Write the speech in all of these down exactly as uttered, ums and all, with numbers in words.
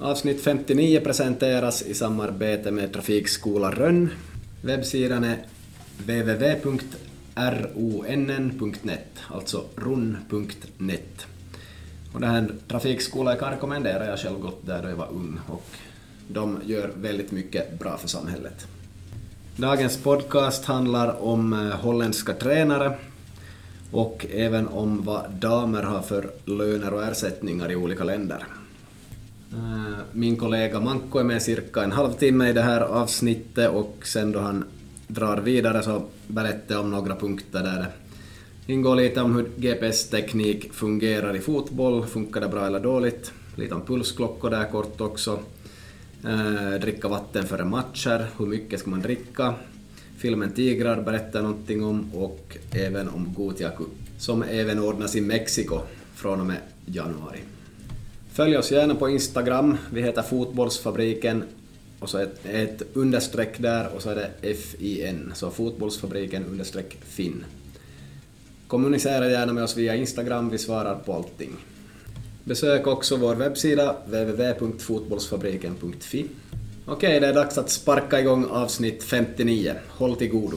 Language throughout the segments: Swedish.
Avsnitt femtionio presenteras i samarbete med Trafikskola Rönn. Webbsidan är w w w punkt runn punkt net, alltså runn punkt net. Och det här trafikskola jag kan rekommendera, jag själv gått där då jag var ung och de gör väldigt mycket bra för samhället. Dagens podcast handlar om holländska tränare och även om vad damer har för löner och ersättningar i olika länder. Min kollega Manko är med cirka en halvtimme i det här avsnittet och sen då han drar vidare så berättar jag om några punkter där det ingår lite om hur G P S-teknik fungerar i fotboll, funkar det bra eller dåligt, lite om pulsklockor där kort också, eh, dricka vatten före matcher, hur mycket ska man dricka, filmen Tigrar berättar någonting om och även om Gothia Cup som även ordnas i Mexiko från och med januari. Följ oss gärna på Instagram, vi heter Fotbollsfabriken och så ett, ett understreck där och så är det F I N, så Fotbollsfabriken understreck fin. Kommunicera gärna med oss via Instagram, vi svarar på allting. Besök också vår webbsida w w w punkt fotbollsfabriken punkt f i. Okej, det är dags att sparka igång avsnitt femtionio. Håll till godo.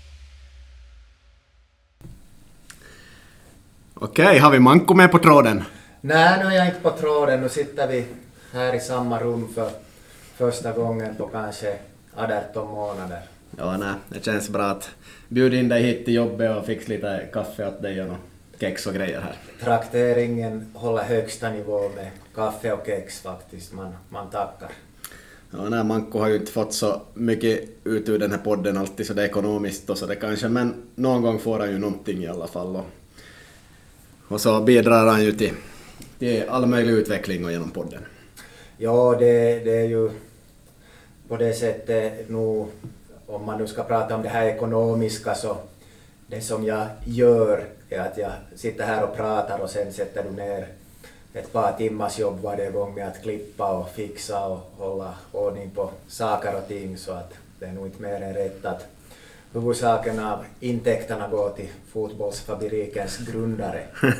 Okej, har vi Manko med på tråden? Nej, nu är jag inte på tråden. Nu sitter vi här i samma rum för första gången på kanske arton månader. Ja, nej, det känns bra att bjuda in dig hit till jobbet och fixa lite kaffe åt dig och något kex och grejer här. Trakteringen håller högsta nivå med kaffe och kex faktiskt. Man, man tackar. Ja, nej, Manko har ju inte fått så mycket ut ur den här podden alltid så det är ekonomiskt och så det kanske, men någon gång får han ju någonting i alla fall. Och, och så bidrar han ju till, till all möjlig utveckling och genom podden. Ja, det, det är ju på det sättet nu, om man nu ska prata om det här ekonomiska, så det som jag gör är att jag sitter här och pratar och sen sätter du ner ett par timmars jobb varje gång med att klippa och fixa och hålla ordning på saker och ting, så att det är nog inte mer än rätt att huvudsaken av intäkterna går till Fotbollsfabrikens grundare.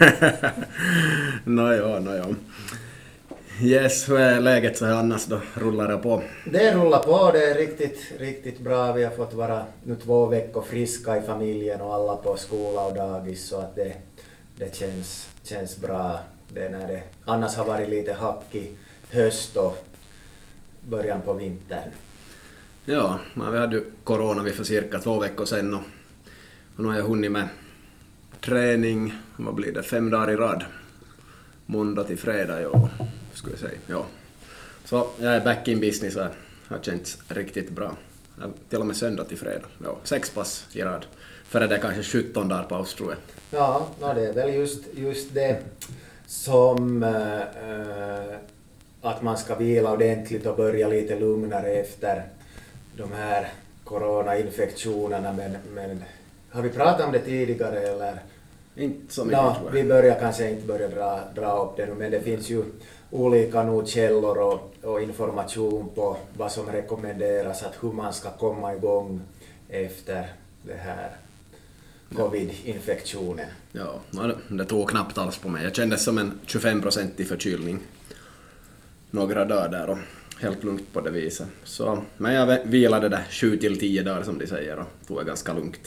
Nå ja, nå ja. Yes, hur är läget så här annars då? Rullar det på? Det rullar på, det är riktigt, riktigt bra. Vi har fått vara nu två veckor friska i familjen och alla på skola och dagis, så att det, det känns, känns bra. Det när det annars har varit lite hackig höst och början på vintern. Ja, men vi hade ju corona vi för cirka två veckor sedan och, och nu har jag hunnit med träning, vad blir det, fem dagar i rad. Måndag till fredag, ja, skulle jag säga. Ja. Så jag är back in business och har känts riktigt bra. Till och med söndag till fredag. Ja, sex pass i rad. Före det kanske sjutton dagar paus, tror jag. Ja, no, det är väl just, just det som äh, att man ska vila ordentligt och börja lite lugnare efter de här coronainfektionerna. Men, men har vi pratat om det tidigare eller? Inte så mycket, no, tror jag. Vi börjar kanske inte börja dra, dra upp det nu, men det finns ju olika nog källor och, och information på vad som rekommenderas, att hur man ska komma igång efter det här covid-infektionen. Ja, det tog knappt alls på mig. Jag kände som en tjugofem procent i förkylning några dagar där och helt lugnt på det viset. Så, men jag vilade där sju till tio dagar som de säger och tog det ganska lugnt.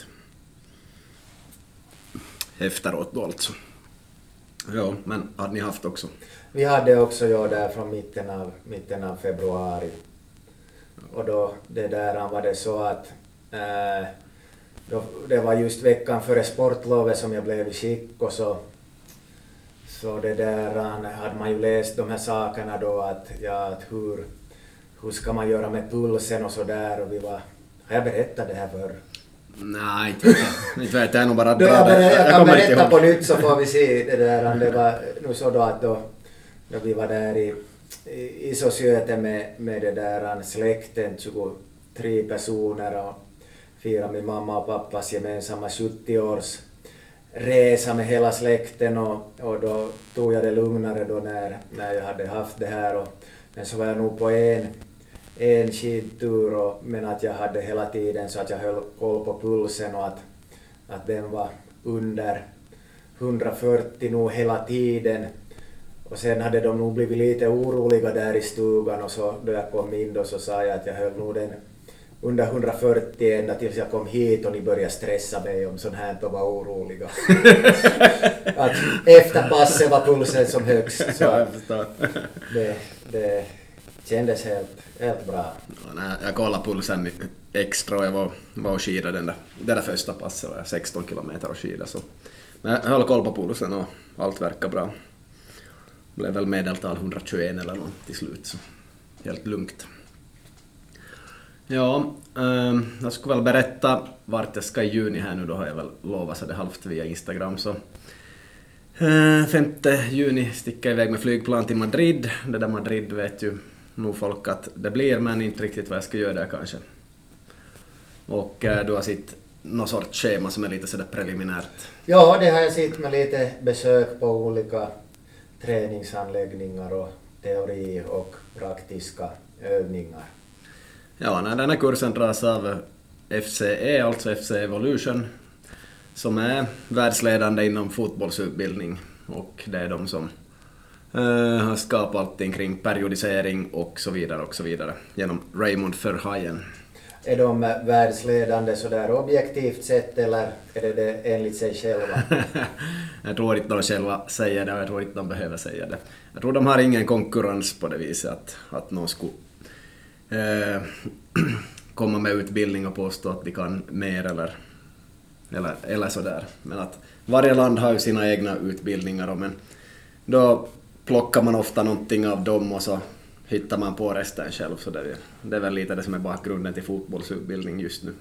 Efteråt då alltså. Ja, men hade ni haft också? Vi hade också jag där från mitten av, mitten av februari. Och då det där var det så att äh, då, det var just veckan före sportlovet som jag blev i skick och så, så det där hade man ju läst de här sakerna då att, ja, att hur, hur ska man göra med pulsen och så där, och vi var, har jag berättat det här för? Nej, inte vet jag. Inte vet jag, nog bara då jag, det. jag, jag, jag kan kommer inte berätta ihåg. på nytt så får vi se det där. Det var nu så då att då, då vi var där i, i, i Sociöte med, med det där släkten, tjugotre personer, och firade min mamma och pappas gemensamma sjuttio-års resa med hela släkten, och, och då tog jag det lugnare då när, när jag hade haft det här, och, men så var jag nog på en en skidtur, och, men att jag hade hela tiden så att jag höll koll på pulsen och att, att den var under hundrafyrtio nog hela tiden, Och sen hade de nog blivit lite oroliga där i stugan och så då jag kom in då så sa jag att jag höll nog den under hundrafyrtio ända tills jag kom hit och ni började stressa mig om sånt här och var oroliga. Att efter passet var pulsen som högst. Så Ja, jag förstår. det, det kändes helt, helt bra. Ja, när jag kollade pulsen extra och jag var, var och skidade den där, det där första passet, var jag sexton kilometer och skida. Så. Men jag höll koll på pulsen och allt verkar bra. Det blev väl medeltal hundratjugoett eller något till slut, så helt lugnt. Ja, eh, jag skulle väl berätta vart jag ska i juni här nu, då har jag väl lovat så det halvt via Instagram. Så eh, femte juni sticker jag iväg med flygplan till Madrid. Det där Madrid vet ju nog folk att det blir, men inte riktigt vad jag ska göra där kanske. Och eh, du har sett någon sorts schema som är lite sådär preliminärt. Ja, det har jag sett med lite besök på olika träningsanläggningar och teori och praktiska övningar. Ja, när den här kursen dras av F C E, alltså F C Evolution, som är världsledande inom fotbollsutbildning, och det är de som uh, har skapat allting kring periodisering och så vidare och så vidare genom Raymond Verheyen. Är de världsledande så där objektivt sett eller är det, det enligt sig själva? Jag tror inte de själva säger det och jag tror inte de behöver säga det. Jag tror de har ingen konkurrens på det viset att, att någon skulle eh, komma med utbildning och påstå att de kan mer eller, eller, eller sådär. Men att varje land har ju sina egna utbildningar, men då plockar man ofta någonting av dem och så hittar man på resten själv. Så det är, det är väl lite det som är bakgrunden till fotbollsutbildning just nu.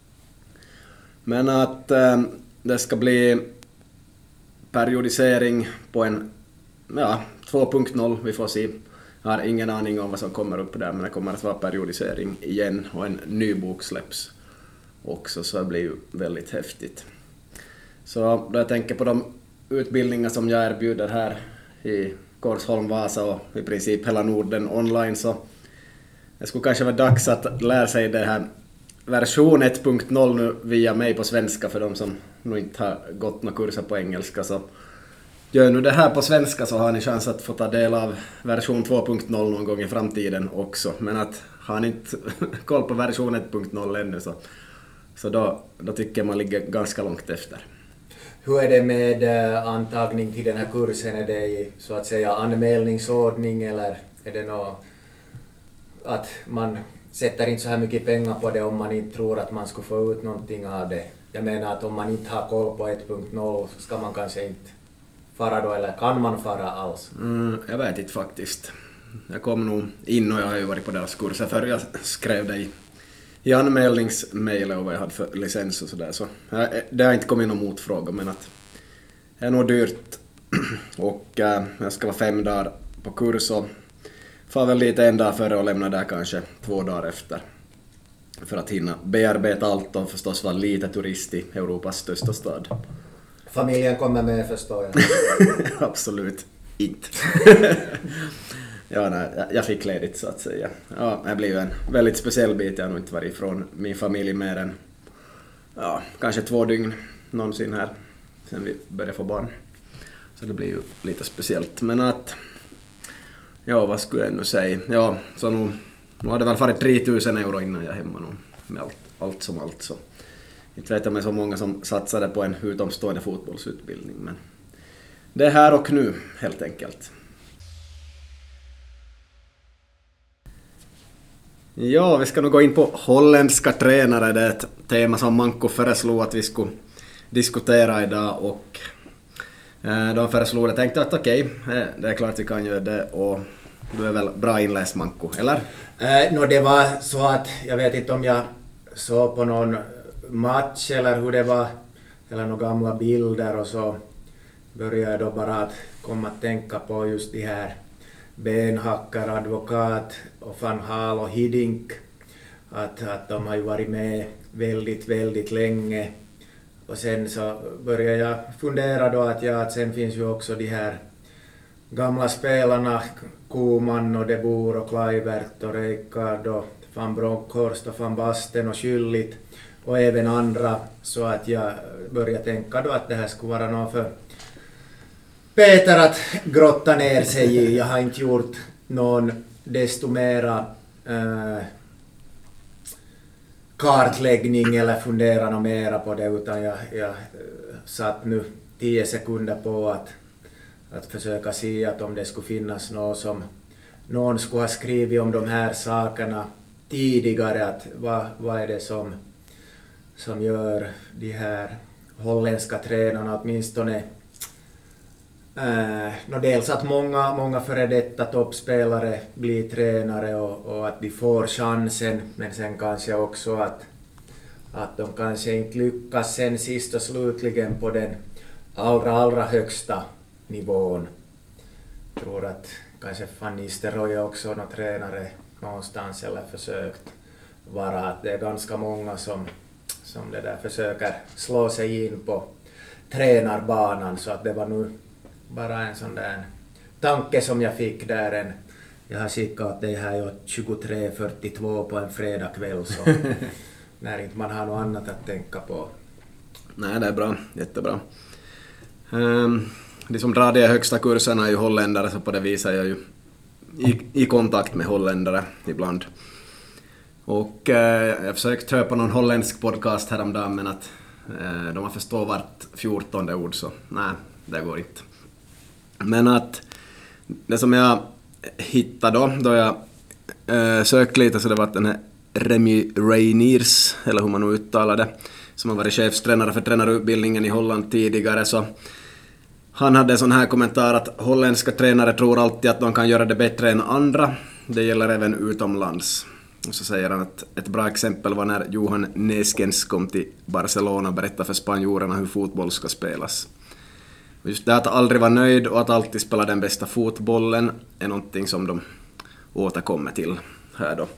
Men att eh, det ska bli periodisering på en ja, två punkt noll, vi får se. Jag har ingen aning om vad som kommer upp där, men det kommer att vara periodisering igen och en ny bok släpps också, så det blir ju väldigt häftigt. Så då jag tänker på de utbildningar som jag erbjuder här i Korsholm, Vasa och i princip hela Norden online, så det skulle kanske vara dags att lära sig det här version ett punkt noll nu via mig på svenska för de som nog inte har gått några kurser på engelska. Så gör nu det här på svenska så har ni chans att få ta del av version två punkt noll någon gång i framtiden också. Men att har ni inte koll på version ett punkt noll ännu så, så då, då tycker jag man ligger ganska långt efter. Hur är det med antagning till den här kursen? Är det i så att säga anmälningsordning eller är det något att man sätter inte så här mycket pengar på det om man inte tror att man skulle få ut någonting av det? Jag menar att om man inte har koll på ett punkt noll så ska man kanske inte fara då, eller kan man fara alls? Mm, jag vet inte faktiskt. Jag kom nog in och jag har ju varit på deras kurser för jag skrev det i, i anmälningsmail och vad jag hade för licens och sådär. Så det har inte kommit någon motfråga, men att det är nog dyrt och äh, jag ska vara fem dagar på kurs och får väl lite en dag före och lämna där kanske två dagar efter för att hinna bearbeta allt och förstås vara lite turist i Europas största stad. Familjen kommer med, förstår jag. Absolut inte. Ja, nej, jag fick ledigt så att säga. Ja, det blir ju en väldigt speciell bit. Jag har nog inte varit ifrån min familj mer än ja, kanske två dygn någonsin här sen vi började få barn. Så det blir ju lite speciellt. Men att ja, vad skulle jag nu säga? Ja, så nu, nu har det väl varit tre tusen euro innan jag är hemma nu med allt, allt som allt. Så inte vet jag med så många som satsade på en utomstående fotbollsutbildning, men det är här och nu helt enkelt. Ja, vi ska nog gå in på holländska tränare. Det är ett tema som Manko föreslog att vi skulle diskutera idag och eh, de föreslog det. Jag tänkte att okej, okay, det är klart vi kan göra det och du är väl bra inläst Manko, eller? Eh, no, det var så att jag vet inte om jag såg på någon match eller hur det var eller några gamla bilder och så började jag då bara att komma att tänka på just de här benhackar, advokat och Van Gaal och Hiddink att, att de har ju varit med väldigt, väldigt länge och sen så började jag fundera då att, ja, att sen finns ju också de här gamla spelarna Koeman och De Boer och Kluivert och Rijkaard och Van Bronckhorst och Van Basten och Schüllit och även andra, så att jag började tänka då att det här skulle vara något för Peter att grotta ner sig i. Jag har inte gjort någon desto mera äh, kartläggning eller fundera något mera på det, utan jag, jag satt nu tio sekunder på att, att försöka se att om det skulle finnas något som någon skulle ha skrivit om de här sakerna tidigare, att vad, vad är det som, som gör de här holländska tränarna åtminstone äh, no dels att många, många före detta toppspelare blir tränare och, och att de får chansen, men sen kanske också att, att de kanske inte lyckas sen sist och slutligen på den allra, allra högsta nivån. Jag tror att kanske Van Nistelrooy är också någon tränare någonstans eller försökt vara, att det är ganska många som, som det där försöker slå sig in på tränarbanan, så att det var nu bara en sån där tanke som jag fick där. En, jag har skickat det här ju tjugotre fyrtiotvå på en fredagkväll, så när inte man har något annat att tänka på. Nej, det är bra, jättebra. Um, de som drar de högsta kurserna är ju holländare, så på det viset är jag ju i, i kontakt med holländare ibland. Och eh, jag försökte höra på någon holländsk podcast häromdagen, men att eh, de har förstått vart fjortonde ord, så nej, det går inte. Men att det som jag hittade då, då jag eh, sökte lite, så det var att den här Remy Reiniers, eller hur man nu uttalar det, som har varit chefstränare för tränarutbildningen i Holland tidigare, så han hade en sån här kommentar att holländska tränare tror alltid att de kan göra det bättre än andra. Det gäller även utomlands. Och så säger han att ett bra exempel var när Johan Neeskens kom till Barcelona och berättade för spanjorerna hur fotboll ska spelas. Och just det att aldrig vara nöjd och att alltid spela den bästa fotbollen är någonting som de återkommer till här då.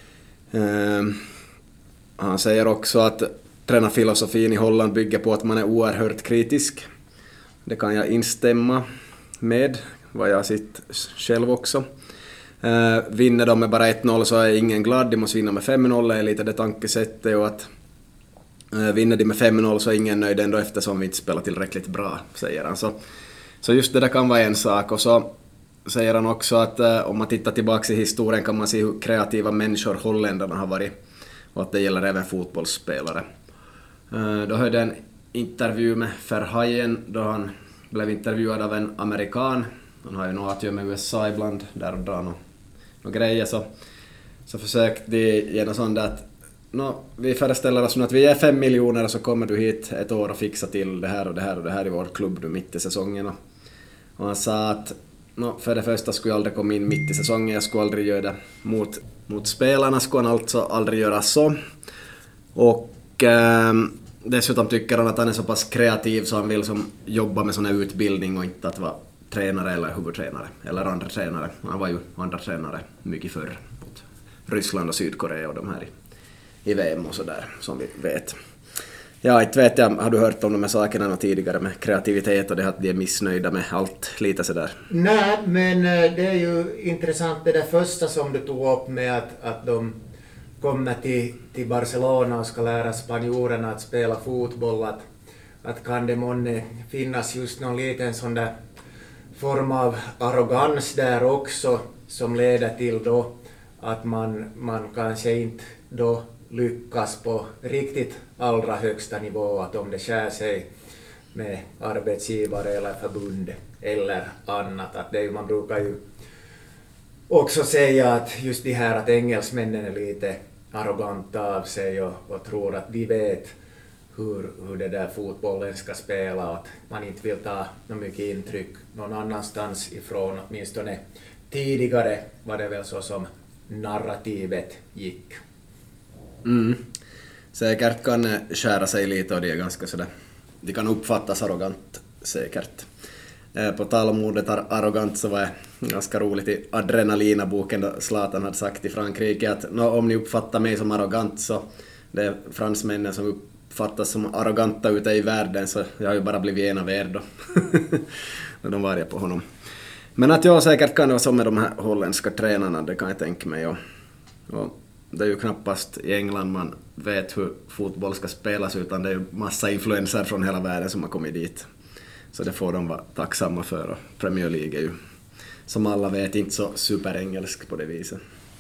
Um, han säger också att tränarfilosofin i Holland bygger på att man är oerhört kritisk. Det kan jag instämma med, vad jag har sett själv också. Uh, vinner de med bara ett noll så är ingen glad, de måste vinna med fem noll, är lite det tankesättet, och att uh, vinner de med fem noll så är ingen nöjd ändå eftersom vi inte spelar tillräckligt bra, säger han. Så, så just det där kan vara en sak, och så säger han också att uh, om man tittar tillbaka i historien kan man se hur kreativa människor holländarna har varit, och att det gäller även fotbollsspelare. Uh, då hörde en intervju med Verheyen då han blev intervjuad av en amerikan. Han har ju något att göra med U S A ibland, där och drar några no grejer, så, så försökte de ge något sånt att no, vi föreställer oss nu att vi är fem miljoner och så kommer du hit ett år och fixar till det här och det här och det här i vår klubb du mitt i säsongen. Och, och han sa att no, för det första skulle jag aldrig komma in mitt i säsongen, jag skulle aldrig göra det mot, mot spelarna, skulle han alltså aldrig göra så. Och ähm, dessutom tycker han att han är så pass kreativ så han vill som jobba med sån här utbildning och inte att vara tränare eller huvudtränare eller andra tränare. Han var ju andra tränare mycket förr mot Ryssland och Sydkorea och de här i, i V M och sådär, som vi vet. Ja, inte vet jag, har du hört om de här sakerna tidigare med kreativitet och det att de är missnöjda med allt lite sådär? Nej, men det är ju intressant det där första som du tog upp med att, att de kommer till, till Barcelona och ska lära spanjorerna att spela fotboll, att, att kan det månne finnas just någon liten sån där form av arrogans där också som leder till då att man, man kanske inte då lyckas på riktigt allra högsta nivå, att om det skär sig med arbetsgivare eller förbund eller annat, att det, man brukar ju också säga att just det här att engelsmännen är lite arroganta av sig och, och tror att de vet hur, hur det där fotbollen ska spela och att man inte vill ta något mycket intryck någon annanstans ifrån. Åtminstone tidigare var det väl så som narrativet gick. Mm. Säkert kan skära sig lite och det är ganska sådär. Det kan uppfattas arrogant säkert. På tal om ordet arrogant så var det ganska roligt i Adrenalina-boken då Zlatan hade sagt i Frankrike att no, om ni uppfattar mig som arrogant så det är fransmännen som uppfattas som arroganta ute i världen, så jag har ju bara blivit en av er då. När de var på honom. Men att jag säkert kan det vara som med de här holländska tränarna, det kan jag tänka mig. Och, och det är ju knappast i England man vet hur fotboll ska spelas, utan det är ju massa influenser från hela världen som har kommit dit. Så det får de vara tacksamma för. Och Premier League är ju, som alla vet, inte så superengelsk på det viset.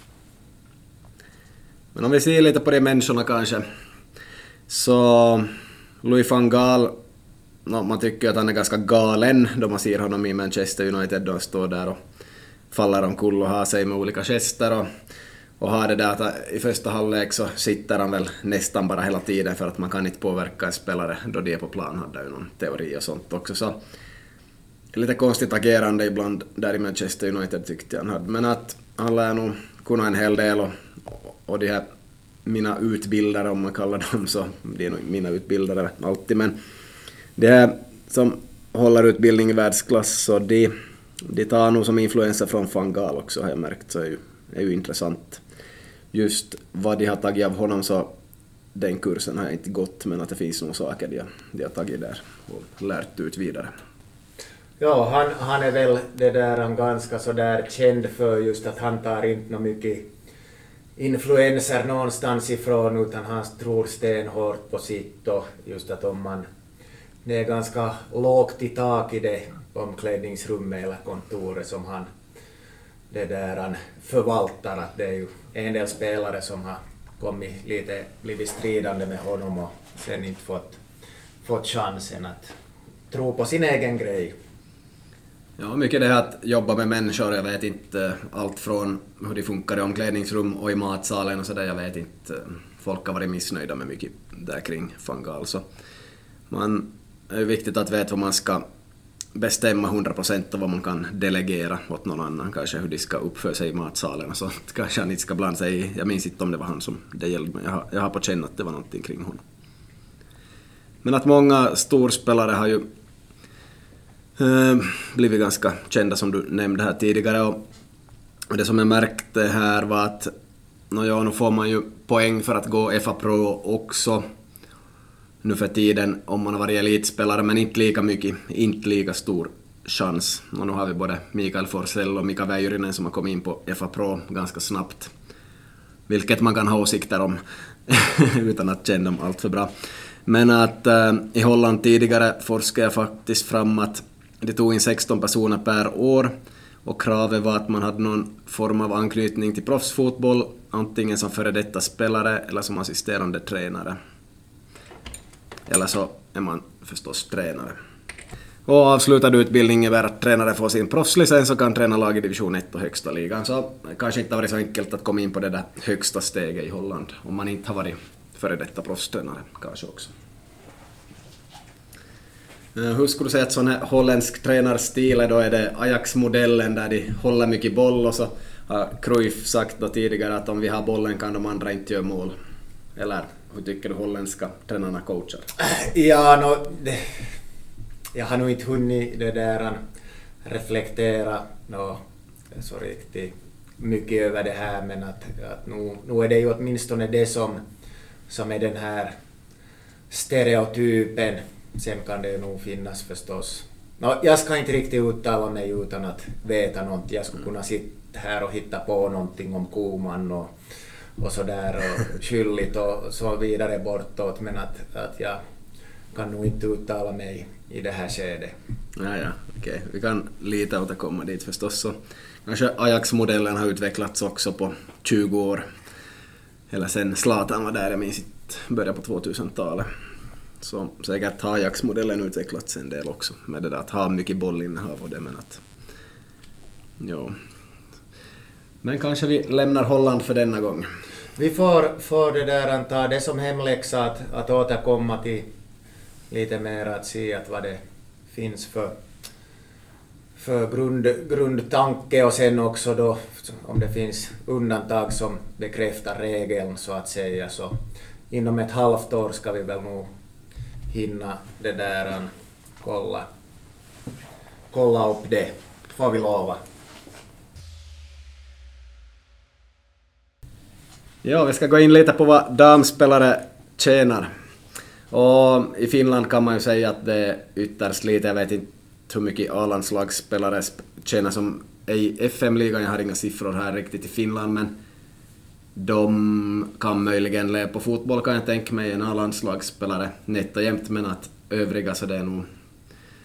Men om vi ser lite på de människorna kanske. Så Louis van Gaal, no, man tycker att han är ganska galen då man ser honom i Manchester United då han står där och faller omkull och har sig med olika gester och, och har det där att i första halvlek så sitter han väl nästan bara hela tiden för att man kan inte påverka en spelare då de är på plan, hade ju någon teori och sånt också. Så lite konstigt agerande ibland där i Manchester United tyckte jag han hade, men att han lär nog kunna en hel del och, och de här mina utbildare, om man kallar dem så, det är nog mina utbildare alltid, men det här som håller utbildning i världsklass, så de, de tar nog som influenser från Van Gaal också, har jag märkt, så är ju, är ju intressant. Just vad de har tagit av honom, så den kursen har jag inte gått, men att det finns nog saker de, de har tagit där och lärt ut vidare. Ja, han, han är väl det där han ganska så där känd för, just att han tar inte något mycket influenser någonstans ifrån, utan han tror stenhårt på sitt, och just att om man, det är ganska lågt i tak i det omklädningsrummet eller kontoret som han, det där han förvaltar, att det är ju en del spelare som har kommit lite, blivit stridande med honom och sen inte fått, fått chansen att tro på sin egen grej. Ja, mycket det här att jobba med människor, jag vet inte allt från hur det funkar i omklädningsrum och i matsalen och sådär, jag vet inte, folk har varit missnöjda med mycket där kring Van Gaal, så man är ju viktigt att veta vad man ska bestämma hundra procent och vad man kan delegera åt någon annan, kanske hur de ska uppföra sig i matsalen och sånt, kanske han inte ska blanda sig i, jag minns inte om det var han som det gällde, men jag har, jag har på känn att det var någonting kring honom. Men att många storspelare har ju blivit ganska kända, som du nämnde här tidigare, och det som jag märkte här var att no, ja, nu får man ju poäng för att gå F A Pro också nu för tiden om man har varit elitspelare, men inte lika mycket, inte lika stor chans. Och nu har vi både Mikael Forsell och Mika Väyrynen som har kommit in på F A Pro ganska snabbt, vilket man kan ha åsikter om utan att känna dem allt för bra. Men att äh, i Holland tidigare forskade jag faktiskt fram att det tog in sexton personer per år och kravet var att man hade någon form av anknytning till proffsfotboll, antingen som före detta spelare eller som assisterande tränare. Eller så är man förstås tränare. Och avslutad utbildning över att tränare får sin proffslicens och kan träna lag i division ett och högsta ligan. Så kanske inte har varit så enkelt att komma in på det där högsta steget i Holland om man inte har varit före detta proffstränare kanske också. Hur skulle du säga att sån här holländsk tränarstil, då är det Ajax-modellen där de håller mycket boll, och så har Cruyff sagt då tidigare att om vi har bollen kan de andra inte göra mål. Eller hur tycker du holländska tränarna coachar? Ja, no, det, jag har nog inte hunnit det där reflektera no, så riktigt mycket över det här, men att, att nu, nu är det ju åtminstone det som, som är den här stereotypen. Sen kan det nog finnas förstås. No, jag ska inte riktigt uttala mig utan att veta någonting. Jag skulle kunna sitta här och hitta på någonting om Koman och, och sådär och skylligt och så vidare bortåt. Men att, att jag kan nog inte uttala mig i det här skedet. Ja, ja, okej. Okay. Vi kan lite återkomma dit förstås. Så kanske Ajax-modellen har utvecklats också på tjugo år. Eller sen Zlatan var där, jag minns inte, början på tvåtusentalet. Så säkert har Ajax-modellen utvecklats en del också med det där att ha mycket bollinnehav och det, men att jo. Men kanske vi lämnar Holland för denna gång. Vi får, får det där anta det som hemläxa att, att återkomma till lite mer att se att vad det finns för, för grund, grundtanke, och sen också då om det finns undantag som bekräftar regeln så att säga, så inom ett halvt år ska vi väl nog hinna det där kolla, kolla upp det, får vi lova. Ja, vi ska gå in lite på vad damspelare tjänar. Och i Finland kan man ju säga att det är ytterst lite, jag vet inte hur mycket A-landslagsspelare tjänar som är i F M-ligan, jag har inga siffror här riktigt i Finland, men de kan möjligen leva på fotboll, kan jag tänka mig, en A-landslagsspelare nätt och jämt, men att övriga så det är nog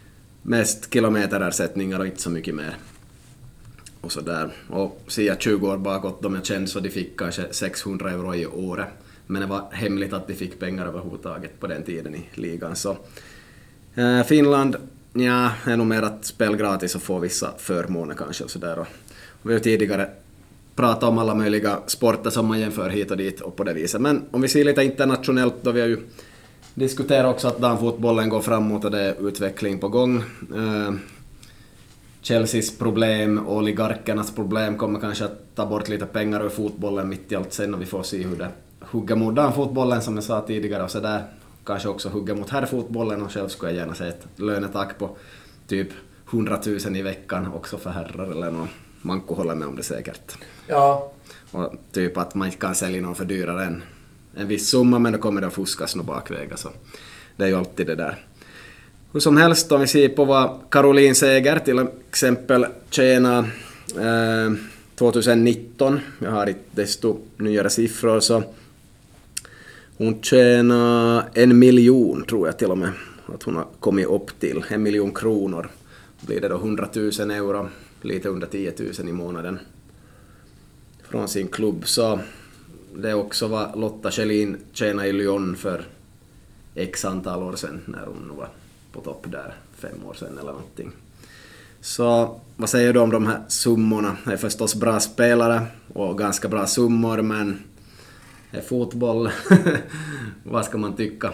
mest kilometerersättningar och inte så mycket mer. Och så där. Och ser jag tjugo år bakåt, de jag kände så de fick kanske sexhundra euro i året. Men det var hemligt att de fick pengar överhuvudtaget på den tiden i ligan. Så eh, Finland, ja, är nog mer att spela gratis och få vissa förmåner kanske och så där. Och vi har tidigare pratat om alla möjliga sporter som man jämför hit och dit och på det viset. Men om vi ser lite internationellt, då vi har ju diskuterat också att damfotbollen går framåt och det är utveckling på gång. Eh, Chelseas problem, oligarkernas problem kommer kanske att ta bort lite pengar ur fotbollen mitt i allt sen, och vi får se hur det hugger mot damfotbollen som jag sa tidigare och så där. Kanske också hugger mot herrfotbollen, och själv skulle jag gärna se ett lönetack på typ hundratusen i veckan också för herrar eller något. Manko håller med om det säkert. Ja. Och typ att man inte kan sälja någon för dyrare än en viss summa, men då kommer det att fuskas någon bakvägar, så det är ju alltid det där. Hur som helst, om vi ser på vad Caroline Seger till exempel tjänar eh, tjugonitton, jag har inte desto nyare siffror, så hon tjänar en miljon tror jag till och med att hon har kommit upp till, en miljon kronor. Blir det då hundratusen euro, lite under tiotusen i månaden från sin klubb. Så det är också vad Lotta Schelin tjänade i Lyon för x antal år sedan när hon var på topp där, fem år sedan eller någonting. Så vad säger du om de här summorna? Det är förstås bra spelare och ganska bra summor, men är fotboll, vad ska man tycka?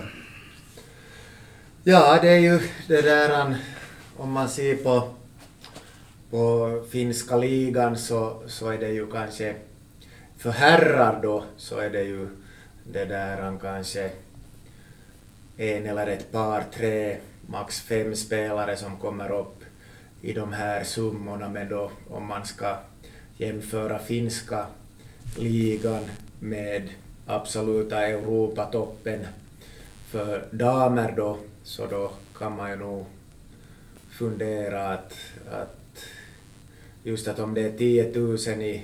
Ja, det är ju det där, om man ser på, på finska ligan så, så är det ju kanske, för herrar då, så är det ju det där kanske en eller ett par, tre, max fem spelare som kommer upp i de här summorna, men då om man ska jämföra finska ligan med absoluta Europatoppen för damer då, så då kan man ju nog fundera att, att just att om det är tio tusen i,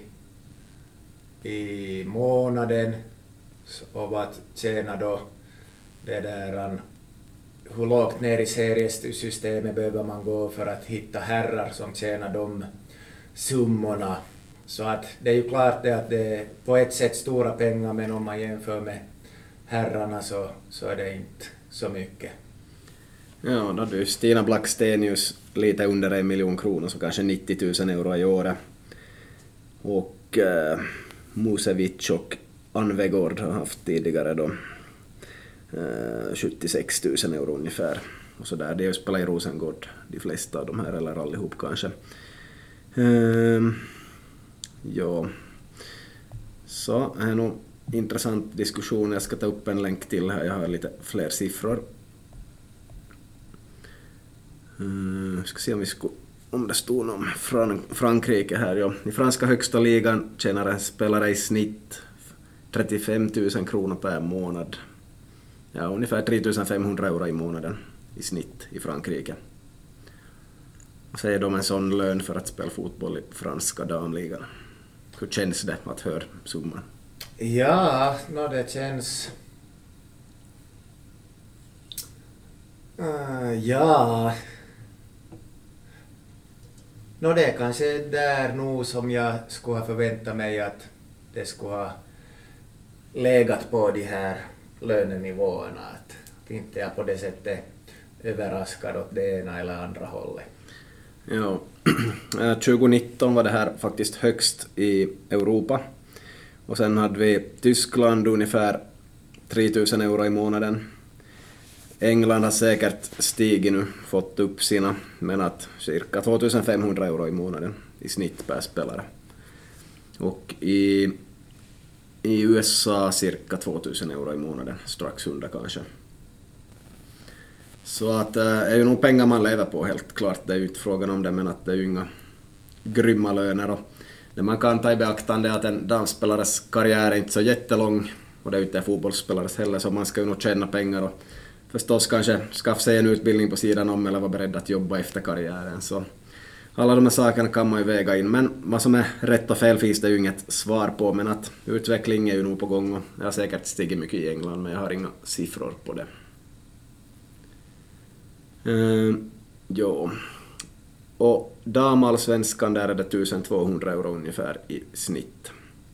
i månaden och vad tjänar då det där, hur lågt ner i seriesystemet behöver man gå för att hitta herrar som tjänar de summorna. Så att det är ju klart det att det är på ett sätt stora pengar, men om man jämför med herrarna så, så är det inte så mycket. Ja, då du Stina Blackstenius lite under en miljon kronor, så kanske nittio tusen euro i året. Och eh, Musevic och Anvegård har haft tidigare då eh, sjuttiosex tusen euro ungefär. Och så där, det är ju spelat i Rosengård, de flesta av de här, eller allihop kanske. Eh, ja, så är nog intressant diskussion. Jag ska ta upp en länk till här, jag har lite fler siffror. Uh, ska se om vi ska, om det stod om Fran- Frankrike här. Ja. I franska högsta ligan tjänar en spelare i snitt trettiofem tusen kronor per månad. Ja, ungefär tre tusen femhundra euro i månaden i snitt i Frankrike. Vad säger de en sån lön för att spela fotboll i franska damligan? Hur känns det att höra summan? Ja, no, det känns... Uh, ja... No, det är kanske där nog som jag skulle ha förväntat mig att det skulle ha legat på de här lönenivåerna. Att inte jag på det sättet överraskad åt det ena eller andra hållet. Ja, tjugonitton var det här faktiskt högst i Europa. Och sen hade vi Tyskland ungefär tre tusen euro i månaden. England har säkert stigit nu, fått upp sina, men att cirka två tusen femhundra euro i månaden i snitt per spelare. Och i, i U S A cirka två tusen euro i månaden, strax under kanske. Så att det är ju nog pengar man lever på, helt klart. Det är ju inte frågan om det, men att det är ju inga grymma löner. Och det man kan ta i beaktande är att en damspelares karriär är inte så jättelång, och det är ju inte en fotbollsspelares heller, så man ska ju nog tjäna pengar och förstås kanske skaffa sig en utbildning på sidan om eller vara beredd att jobba efter karriären. Så alla de här sakerna kan man ju väga in, men vad som är rätt och fel finns det ju inget svar på, men att utveckling är ju nog på gång, och jag har säkert stigit mycket i England, men jag har inga siffror på det. Jo. Och damallsvenskan där är det tusentvåhundra euro ungefär i snitt.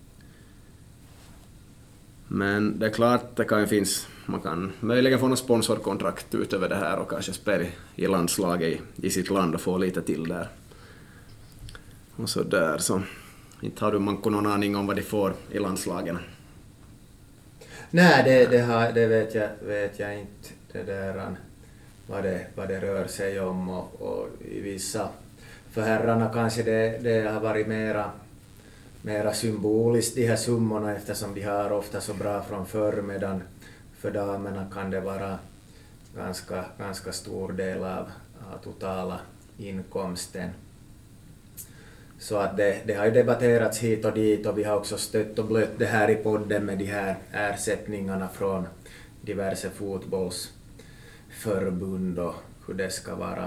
Men det är klart, det kan ju finnas, man kan möjligen få någon sponsorkontrakt utöver det här och kanske spela i landslaget i, i sitt land och få lite till där. Och så där, så inte har du man någon aning om vad de får i landslagen. Nej, det, det, har, det vet, jag, vet jag inte det där, vad, det, vad det rör sig om. Och, och i vissa, för herrarna kanske det, det har varit mera, mera symboliskt de här summorna eftersom de har ofta så bra från förr, medan för damerna kan det vara ganska, ganska stor del av, av totala inkomsten. Så att det, det har ju debatterats hit och dit och vi har också stött och blött det här i podden med de här ersättningarna från diverse fotbollsförbund och hur det ska vara.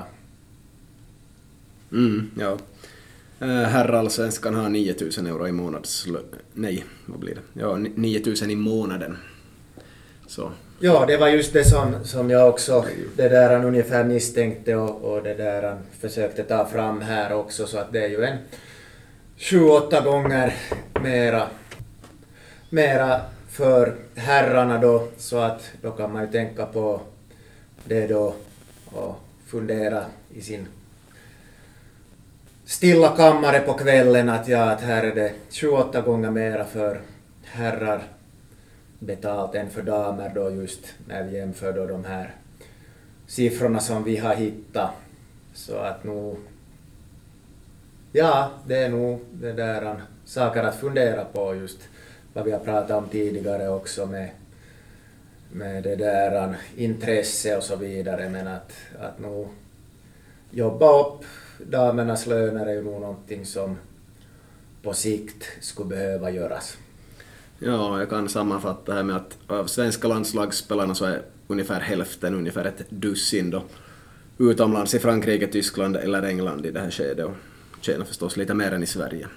Mm, ja. Herrallsvenskan har nio tusen euro i månads... Nej, vad blir det? Ja, nio tusen i månaden. Så. Ja, det var just det som, som jag också det där ungefär misstänkte och, och det där försökte ta fram här också, så att det är ju en sju åtta gånger mera, mera för herrarna då, så att då kan man ju tänka på det då och fundera i sin stilla kammare på kvällen att ja, att här är det sju åtta gånger mera för herrar betalt än för damer då, just när vi jämför då de här siffrorna som vi har hittat. Så att nu, ja, det är nog det där saker att fundera på, just vad vi har pratat om tidigare också med, med det där intresse och så vidare, men att, att nu jobba upp damernas löner är ju nog någonting som på sikt skulle behöva göras. Ja, jag kan sammanfatta här med att av svenska landslagsspelarna så är ungefär hälften, ungefär ett dussin då, utomlands i Frankrike, Tyskland eller England i det här skedet, och tjänar förstås lite mer än i Sverige.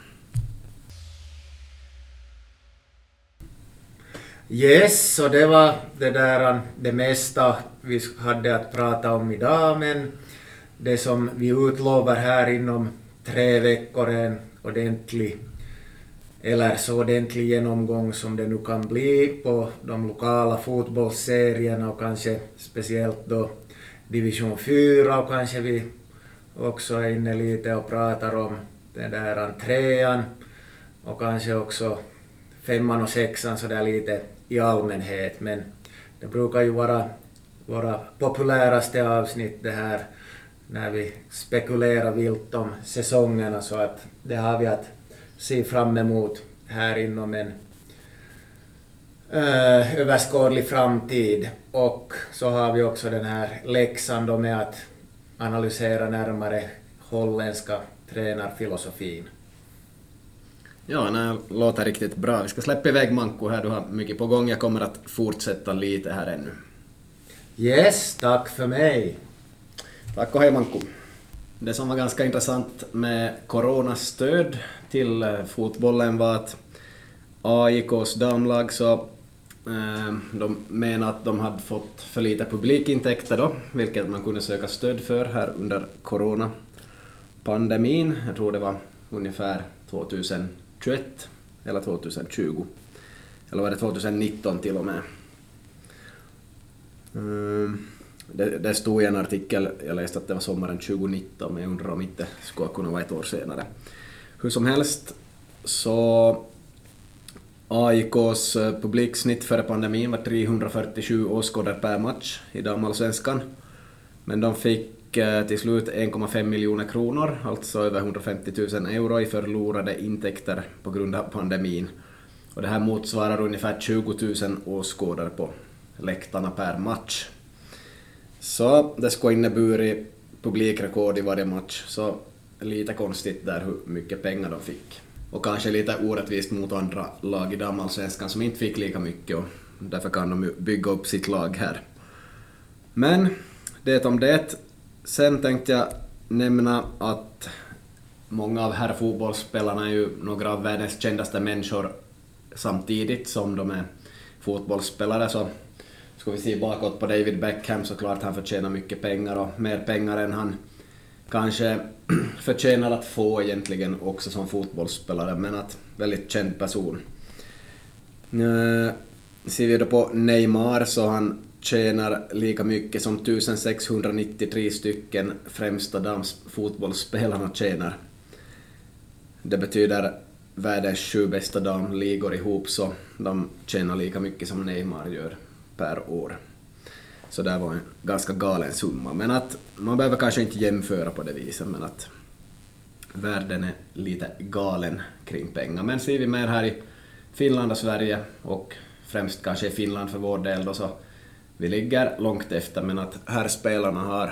Yes, och det var det där det mesta vi hade att prata om idag, men det som vi utlovar här inom tre veckor är en ordentlig eller så ordentlig genomgång som det nu kan bli på de lokala fotbollsserierna och kanske speciellt då division fyra, och kanske vi också är inne lite och pratar om den där trean och kanske också femman och sexan så där lite i allmänhet, men det brukar ju vara våra populäraste avsnitt det här när vi spekulerar vilt om säsongerna, så att det har vi att se fram emot här inom en äh, överskådlig framtid. Och så har vi också den här läxan då med att analysera närmare holländska tränarfilosofin. Ja, det låter riktigt bra. Vi ska släppa iväg Manko här, du har mycket på gång. Jag kommer att fortsätta lite här ännu. Yes, tack för mig. Tack och hej Manko. Det som var ganska intressant med coronastöd till fotbollen var att A I K:s damlag så eh, de menar att de hade fått för lite publikintäkter då, vilket man kunde söka stöd för här under coronapandemin. Jag tror det var ungefär tjugohundratjugoett eller tjugotjugo. Eller var det tjugonitton till och med. Mm. Det, det stod i en artikel, jag läste att det var sommaren tjugonitton, men jag undrar om inte skulle kunna vara ett år senare. Hur som helst så A I K:s publiksnitt före pandemin var trehundrafyrtiosju åskådare per match i damallsvenskan. Men de fick till slut en komma fem miljoner kronor, alltså över hundrafemtio tusen euro i förlorade intäkter på grund av pandemin. Och det här motsvarar ungefär tjugo tusen åskådare på läktarna per match. Så det skulle innebära publikrekord i varje match, så lite konstigt där hur mycket pengar de fick. Och kanske lite orättvist mot andra lag i damallsvenskan som inte fick lika mycket, och därför kan de bygga upp sitt lag här. Men det om det. Sen tänkte jag nämna att många av herrfotbollsspelarna är ju några av världens kändaste människor samtidigt som de är fotbollsspelare, så ska vi se bakåt på David Beckham, så klart han förtjänar mycket pengar och mer pengar än han kanske förtjänar att få egentligen också som fotbollsspelare, men att väldigt känd person. Uh, ser vi då på Neymar så han tjänar lika mycket som sextonhundranittiotre stycken främsta damsfotbollsspelarna tjänar. Det betyder världens sju bästa damligor ihop, så de tjänar lika mycket som Neymar gör per år. Så det var en ganska galen summa. Men att man behöver kanske inte jämföra på det viset, men att världen är lite galen kring pengar. Men ser vi mer här i Finland och Sverige, och främst kanske i Finland för vår del då, så vi ligger långt efter, men att här spelarna har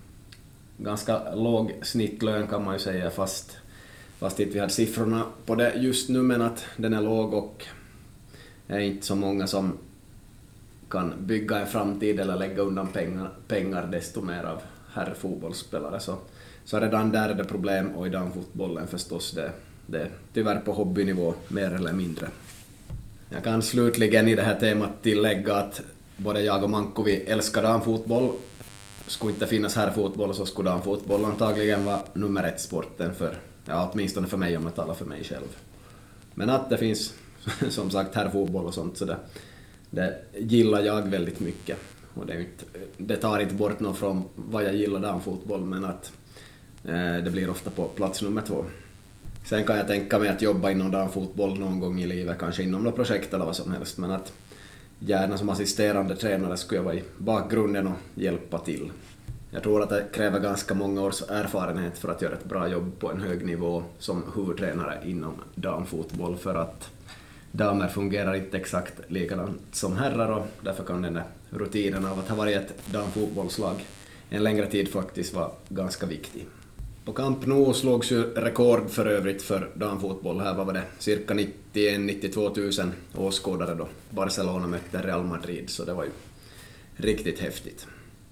ganska låg snittlön kan man ju säga, fast fast inte vi har siffrorna på det just nu, men att den är låg och är inte så många som kan bygga en framtid eller lägga undan pengar, pengar desto mer av herrfotbollsspelare. Så, så redan där är det problem, och i damfotbollen förstås det, det är tyvärr på hobbynivå mer eller mindre. Jag kan slutligen i det här temat tillägga att både jag och Manko vi älskar damfotboll. Skulle inte finnas herrfotboll så skulle damfotboll antagligen vara nummer ett sporten för, ja, åtminstone för mig om jag talar för mig själv. Men att det finns som sagt herrfotboll och sånt, så det, det gillar jag väldigt mycket. Och det, är inte, det tar inte bort något från vad jag gillar damfotboll, men att eh, det blir ofta på plats nummer två. Sen kan jag tänka mig att jobba inom damfotboll någon gång i livet, kanske inom något projekt eller vad som helst, men att gärna som assisterande tränare skulle jag vara i bakgrunden och hjälpa till. Jag tror att det kräver ganska många års erfarenhet för att göra ett bra jobb på en hög nivå som huvudtränare inom damfotboll, för att damer fungerar inte exakt likadant som herrar, och därför kan den där rutinen av att ha varit ett damfotbollslag en längre tid faktiskt vara ganska viktig. På Camp Nou slogs ju rekord för övrigt för damfotboll. Här var det cirka nittioett till nittiotvå tusen åskådare då Barcelona mötte Real Madrid, så det var ju riktigt häftigt.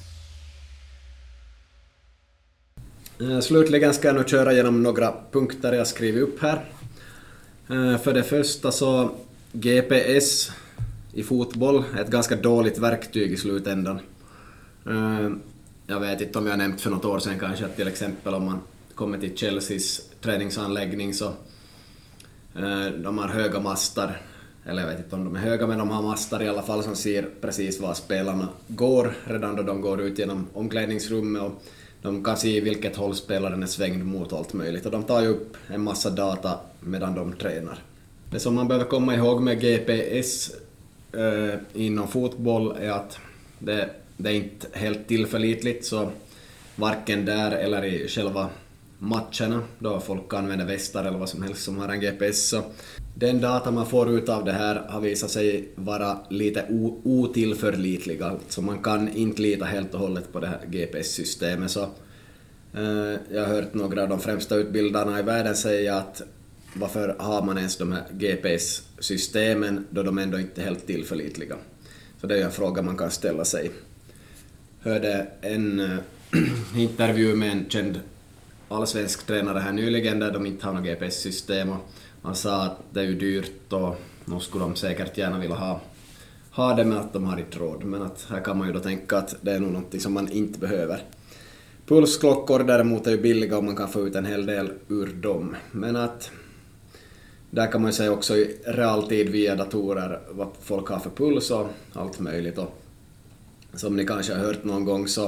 Slutligen ska jag nu köra igenom några punkter jag skrivit upp här. För det första så G P S i fotboll är ett ganska dåligt verktyg i slutändan. Jag vet inte om jag nämnt för något år sedan kanske att till exempel om man kommer till Chelseas träningsanläggning så de har höga mastar, eller jag vet inte om de är höga, men de har mastar i alla fall som ser precis var spelarna går redan då de går ut genom omklädningsrummet, och de kan se vilket håll spelaren är svängd mot allt möjligt, och de tar ju upp en massa data medan de tränar. Det som man behöver komma ihåg med G P S eh, inom fotboll är att det, det är inte helt tillförlitligt, så varken där eller i själva matcherna då folk använder västar eller vad som helst som har en G P S, så den data man får ut av det här har visat sig vara lite o- otillförlitliga, så man kan inte lita helt och hållet på det här G P S-systemet. Så eh, jag har hört några av de främsta utbildarna i världen säga att varför har man ens de här G P S-systemen då de ändå inte är helt tillförlitliga? Så det är en fråga man kan ställa sig. Hörde en äh, intervju med en känd allsvensk tränare här nyligen där de inte har något G P S-system, och han sa att det är ju dyrt och nu skulle de säkert gärna vilja ha, ha det, med att de har inte råd. Men att här kan man ju då tänka att det är nog något som man inte behöver. Pulsklockor däremot är ju billiga och man kan få ut en hel del ur dem. Men att där kan man ju säga också i realtid via datorer vad folk har för puls och allt möjligt. Och som ni kanske har hört någon gång så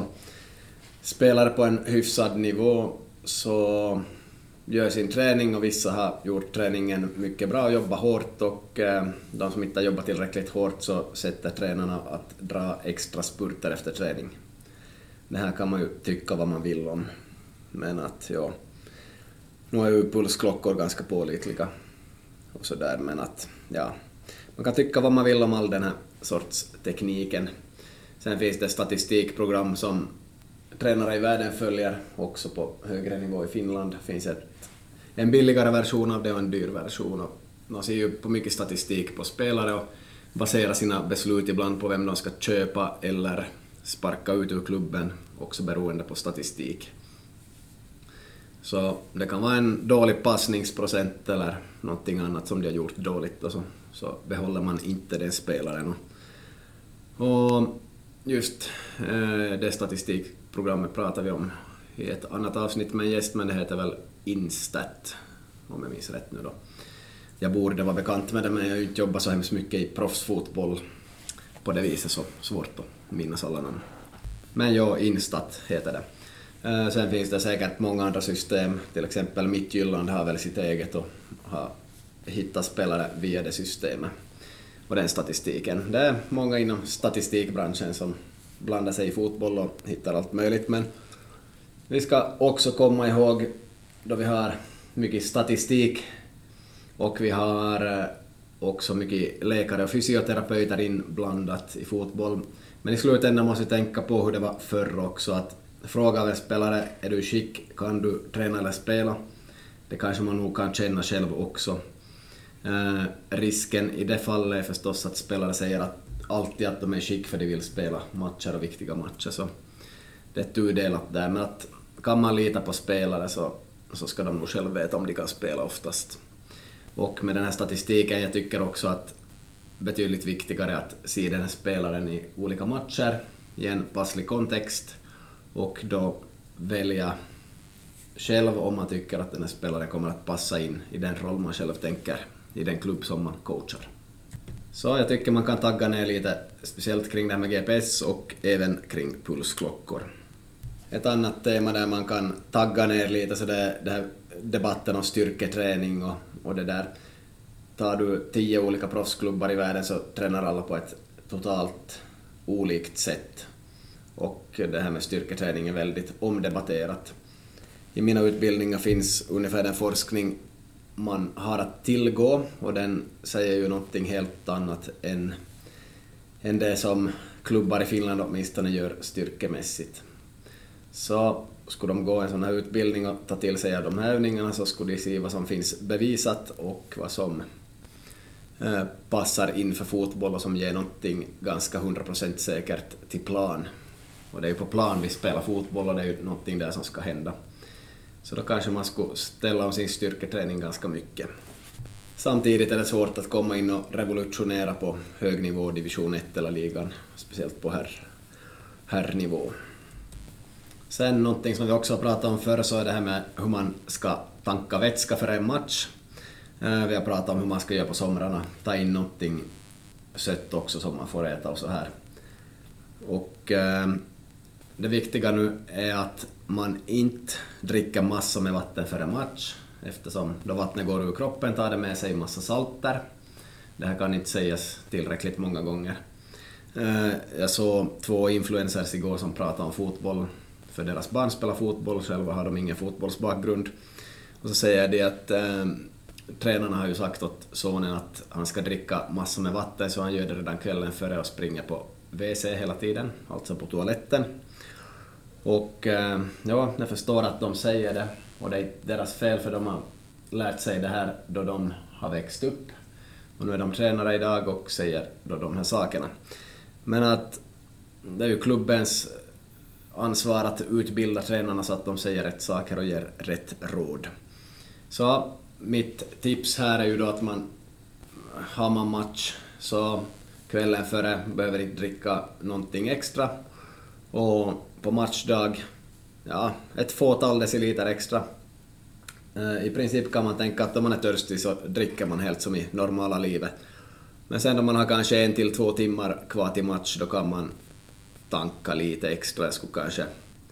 spelar på en hyfsad nivå så gör sin träning, och vissa har gjort träningen mycket bra och jobbat hårt, och eh, de som inte har jobbat tillräckligt hårt så sätter tränarna att dra extra spurter efter träning. Det här kan man ju tycka vad man vill om, men att ja, nu är ju pulsklockor ganska pålitliga och sådär, men att ja, man kan tycka vad man vill om all den här sorts tekniken. Sen finns det statistikprogram som tränare i världen följer också på högre nivå. I Finland finns ett, en billigare version av det och en dyr version. Och de ser ju på mycket statistik på spelare och baserar sina beslut ibland på vem de ska köpa eller sparka ut ur klubben, också beroende på statistik. Så det kan vara en dålig passningsprocent eller någonting annat som de har gjort dåligt, och så, så behåller man inte den spelaren. Och just eh, det statistikprogrammet pratar vi om i ett annat avsnitt med en gäst, men det heter väl Instat, om jag minns rätt nu då. Jag borde vara bekant med det, men jag har ju inte jobbat så hemskt mycket i proffsfotboll på det viset, så svårt att minnas alla namn. Men ja, Instat heter det. Sen finns det säkert många andra system, till exempel Midtjylland har väl sitt eget och har hittat spelare via det systemet och den statistiken. Det är många inom statistikbranschen som blandar sig i fotboll och hittar allt möjligt, men vi ska också komma ihåg då vi har mycket statistik och vi har också mycket läkare och fysioterapeuter inblandat i fotboll. Men i slutändan måste vi tänka på hur det var förr också, att fråga av en spelare, är du skick, kan du träna eller spela? Det kanske man nog kan känna själv också. Eh, risken i det fallet är förstås att spelare säger att alltid att de är skick för de vill spela matcher och viktiga matcher. Så det är tudelat där, men att kan man lita på spelare så, så ska de nog själv veta om de kan spela oftast. Och med den här statistiken, jag tycker också att betydligt viktigare att se den här spelaren i olika matcher i en passlig kontext och då välja själv om man tycker att den här spelaren kommer att passa in i den roll man själv tänker i den klubb som man coachar. Så jag tycker man kan tagga ner lite, speciellt kring det här med G P S och även kring pulsklockor. Ett annat tema där man kan tagga ner lite, så det är det här debatten om styrketräning och, och det där. Tar du tio olika proffsklubbar i världen så tränar alla på ett totalt olikt sätt. Och det här med styrketräning är väldigt omdebatterat. I mina utbildningar finns ungefär den forskning man har att tillgå, och den säger ju någonting helt annat än, än det som klubbar i Finland åtminstone gör styrkemässigt. Så skulle de gå en sån här utbildning och ta till sig av de här övningarna, så skulle de se vad som finns bevisat och vad som eh, passar in för fotboll och som ger någonting ganska hundra procent säkert till plan. Och det är ju på plan vi spelar fotboll och det är ju någonting där som ska hända. Så då kanske man skulle ställa om sin styrketräning ganska mycket. Samtidigt är det svårt att komma in och revolutionera på hög nivå, division ett eller ligan, speciellt på herr, herrnivå. Sen någonting som vi också har pratat om förr, så är det här med hur man ska tanka vätska för en match. Vi har pratat om hur man ska göra på somrarna, ta in någonting sött också som man får äta och så här. Och eh, det viktiga nu är att man inte dricker massor med vatten för en match, eftersom då vattnet går ur kroppen tar det med sig massa salter. Det här kan inte sägas tillräckligt många gånger. Eh, jag såg två influencers igår som pratade om fotboll, för deras barn spelar fotboll, själva har de ingen fotbollsbakgrund. Och så säger de att eh, tränarna har ju sagt åt sonen att han ska dricka massor med vatten, så han gör det redan kvällen före och springer på W C hela tiden, alltså på toaletten. Och eh, ja, jag förstår att de säger det, och det är deras fel, för de har lärt sig det här då de har växt upp. Och nu är de tränare idag och säger då de här sakerna. Men att det är ju klubbens ansvar att utbilda tränarna så att de säger rätt saker och ger rätt råd. Så mitt tips här är ju då att man har man match, så kvällen före behöver inte dricka någonting extra, och på matchdag, ja, ett fåtal deciliter extra. I princip kan man tänka att om man är törstig så dricker man helt som i normala livet. Men sen om man har kanske en till två timmar kvar till match, då kan man tanka lite extra. Jag skulle kanske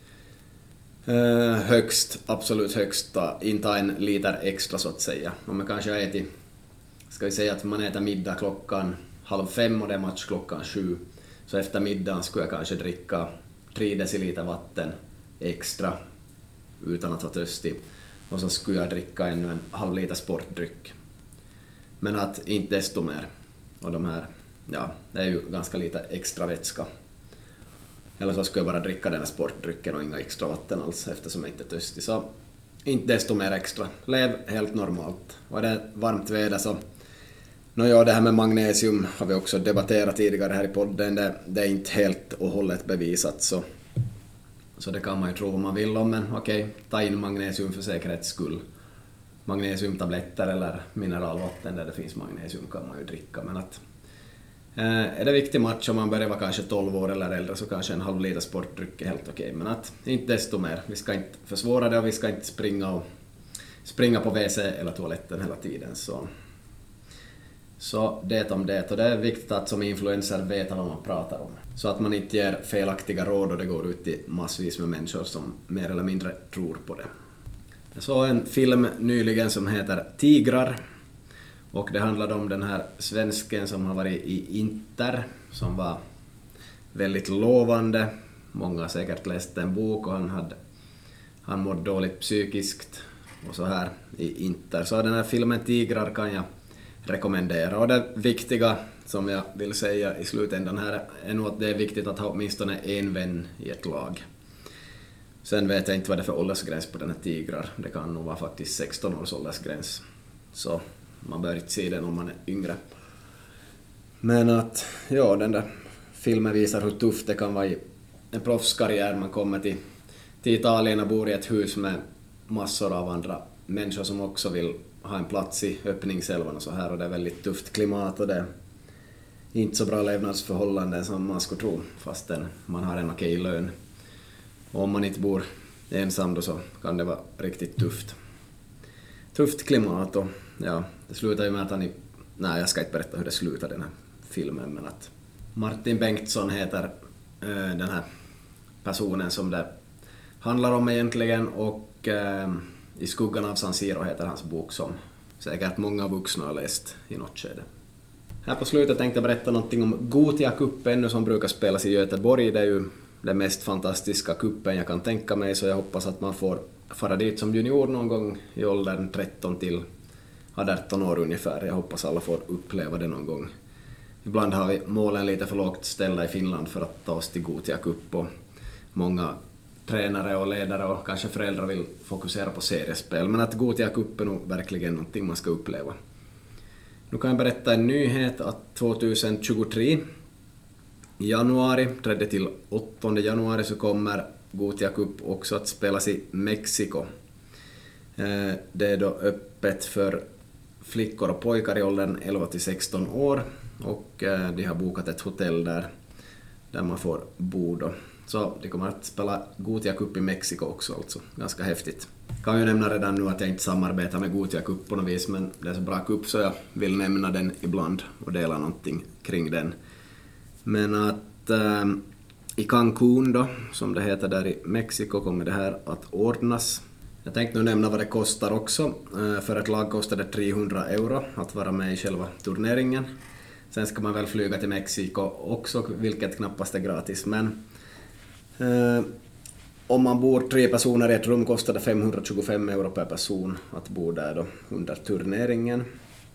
högst, absolut högst, inta en liter extra så att säga. Om man kanske äter, ska vi säga att man äter middag klockan halv fem och det är match klockan sju, så efter middagen skulle jag kanske dricka tre deciliter vatten extra utan att vara törstig, och så skulle jag dricka ännu en halv liter sportdryck. Men att inte desto mer, och de här, ja, det är ju ganska lite extra vätska. Eller så skulle jag bara dricka den här sportdrycken och inga extra vatten alls, eftersom jag inte är törstig. Så inte desto mer extra. Lev helt normalt. Och är det varmt väder så... Nå ja, det här med magnesium har vi också debatterat tidigare här i podden. Det, det är inte helt och hållet bevisat, så, så det kan man ju tro vad man vill om. Men okej, ta in magnesium för säkerhets skull. Magnesiumtabletter eller mineralvatten där det finns magnesium kan man ju dricka. Men att Är det viktig match om man börjar vara kanske tolv år eller äldre så kanske en halv liter sportdryck är helt okej. Men att inte desto mer. Vi ska inte försvåra det och vi ska inte springa, och, springa på W C eller toaletten hela tiden. Så, så det om det. Och det är viktigt att som influencer veta vad man pratar om. Så att man inte ger felaktiga råd och det går ut till massvis med människor som mer eller mindre tror på det. Jag såg en film nyligen som heter Tigrar. Och det handlade om den här svensken som har varit i Inter, som var väldigt lovande. Många har säkert läst en bok och han, hade, han mådde dåligt psykiskt och så här i Inter. Så den här filmen Tigrar kan jag rekommendera. Och det viktiga som jag vill säga i slutändan här är nog att det är viktigt att ha åtminstone en vän i ett lag. Sen vet jag inte vad det är för åldersgräns på den här Tigrar. Det kan nog vara faktiskt sexton års åldersgräns. Så man bör inte se den om man är yngre. Men att, ja, den där filmen visar hur tufft det kan vara i en proffskarriär. Man kommer till, till Italien och bor i ett hus med massor av andra människor som också vill ha en plats i öppningselvan och så här. Och det är väldigt tufft klimat och det är inte så bra levnadsförhållanden som man skulle tro, fastän man har en okej lön. Och om man inte bor ensam då så kan det vara riktigt tufft. Tufft klimat och ja, det slutar ju med att han... I, nej, jag ska inte berätta hur det slutar den här filmen, men att Martin Bengtsson heter äh, den här personen som det handlar om egentligen, och äh, I skuggan av San Siro heter hans bok som säkert många vuxna har läst i något skede. Här på slutet tänkte jag berätta någonting om Gothia Cupen som brukar spelas i Göteborg. Det är ju den mest fantastiska kuppen jag kan tänka mig, så jag hoppas att man får fara dit som junior någon gång i åldern tretton till arton år ungefär. Jag hoppas alla får uppleva det någon gång. Ibland har vi målen lite för lågt ställda i Finland för att ta oss till Gothia Cup, och många tränare och ledare och kanske föräldrar vill fokusera på seriespel. Men att Gothia Cup är nog verkligen någonting man ska uppleva. Nu kan jag berätta en nyhet att tjugohundratjugotre i januari, tredje till åttonde januari, så kommer Gothia Cup också att spelas i Mexiko. Det är då öppet för flickor och pojkar i åldern elva till sexton år, och de har bokat ett hotell där, där man får bo då. Så de kommer att spela Gothia Cup i Mexiko också, alltså ganska häftigt. Kan ju nämna redan nu att jag inte samarbetar med Gothia Cup på något vis, men det är så bra cup så jag vill nämna den ibland och dela någonting kring den. Men att äh, i Cancún då, som det heter där i Mexiko, kommer det här att ordnas. Jag tänkte nu nämna vad det kostar också. För ett lag kostar det trehundra euro att vara med i själva turneringen. Sen ska man väl flyga till Mexiko också, vilket knappast är gratis. Men eh, om man bor tre personer i ett rum kostar det femhundratjugofem euro per person att bo där då under turneringen.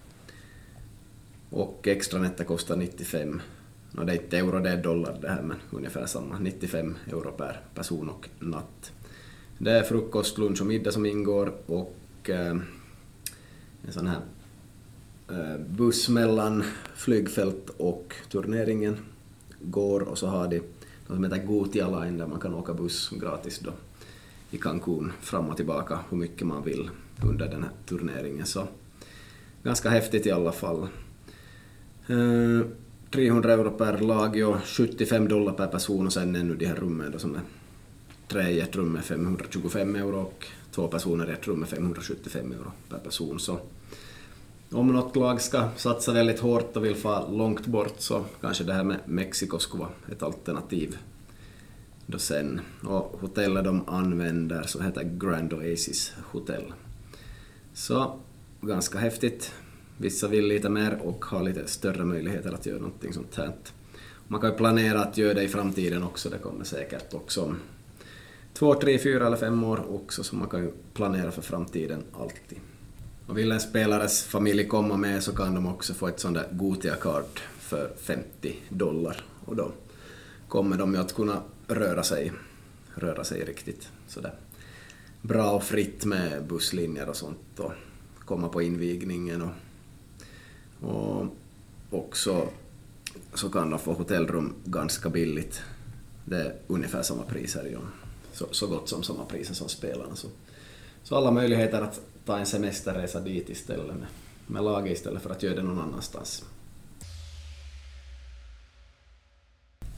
Och extranätter kostar nittiofem. No, det är inte euro, det är dollar det här, men ungefär samma. nittiofem euro per person och natt. Det är frukost, lunch och middag som ingår, och eh, en sån här eh, buss mellan flygfält och turneringen går, och så har de något som heter Gothia Line där man kan åka buss gratis då i Cancún fram och tillbaka hur mycket man vill under den här turneringen. Så ganska häftigt i alla fall. Eh, trehundra euro per lag och sjuttiofem dollar per person, och sen ännu de här rummen då som är tre i ett rum med femhundratjugofem euro och två personer i ett rum med femhundrasjuttiofem euro per person. Så om något lag ska satsa väldigt hårt och vill få långt bort, så kanske det här med Mexiko skulle vara ett alternativ då sen. Och hotellet de använder så heter Grand Oasis Hotel. Så ganska häftigt. Vissa vill lite mer och har lite större möjligheter att göra någonting sånt här. Man kan ju planera att göra det i framtiden också. Det kommer säkert också om två, tre, fyra eller fem år också, så man kan ju planera för framtiden alltid. Och vill en spelares familj komma med så kan de också få ett sånt där Gothia-kart för femtio dollar. Och då kommer de ju att kunna röra sig, röra sig riktigt sådär bra och fritt med busslinjer och sånt, och komma på invigningen, och, och också så kan de få hotellrum ganska billigt. Det är ungefär samma priser, ja. så, så gott som samma priser som spelarna. Så, så alla möjligheter att ta en semesterresa dit istället med, med laget istället för att göra det någon annanstans.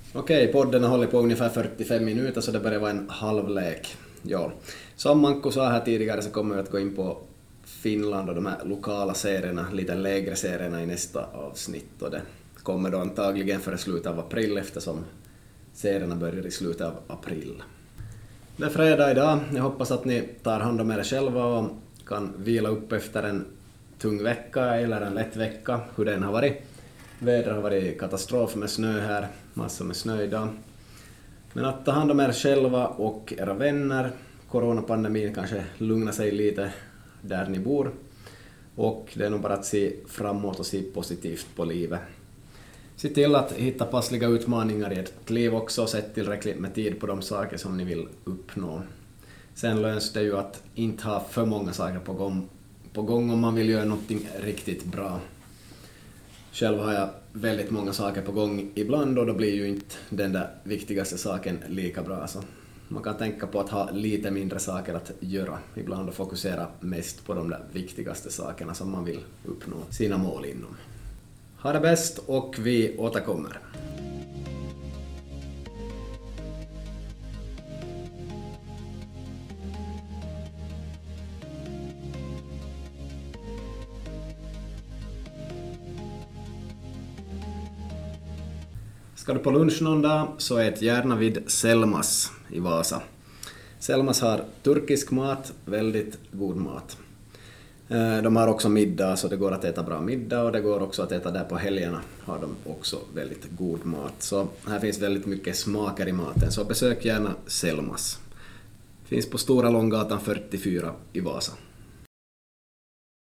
Okej, podden har hållit på ungefär fyrtiofem minuter så det börjar vara en halvlek. Ja. Som Manko sa här tidigare så kommer vi att gå in på Finland och de här lokala serierna, lite lägre serierna i nästa avsnitt. Och det kommer då antagligen före slutet av april eftersom serierna börjar i slutet av april. Det är fredag idag. Jag hoppas att ni tar hand om er själva och kan vila upp efter en tung vecka eller en lätt vecka, hur den har varit. Vädret har varit katastrof med snö här, massor med snö idag. Men att ta hand om er själva och era vänner. Coronapandemin kanske lugnar sig lite där ni bor. Och det är nog bara att se framåt och se positivt på livet. Se till att hitta passliga utmaningar i ert liv också och sätt tillräckligt med tid på de saker som ni vill uppnå. Sen löns det ju att inte ha för många saker på gång, på gång om man vill göra någonting riktigt bra. Själv har jag väldigt många saker på gång ibland och då blir ju inte den där viktigaste saken lika bra. Så man kan tänka på att ha lite mindre saker att göra ibland och fokusera mest på de där viktigaste sakerna som man vill uppnå sina mål inom. Ha det bäst och vi återkommer. Ska du på lunch någon dag så ät gärna vid Selmas i Vasa. Selmas har turkisk mat, väldigt god mat. De har också middag så det går att äta bra middag och det går också att äta där på helgerna har de också väldigt god mat. Så här finns väldigt mycket smaker i maten så besök gärna Selmas. Finns på Stora Långgatan fyrtiofyra i Vasa.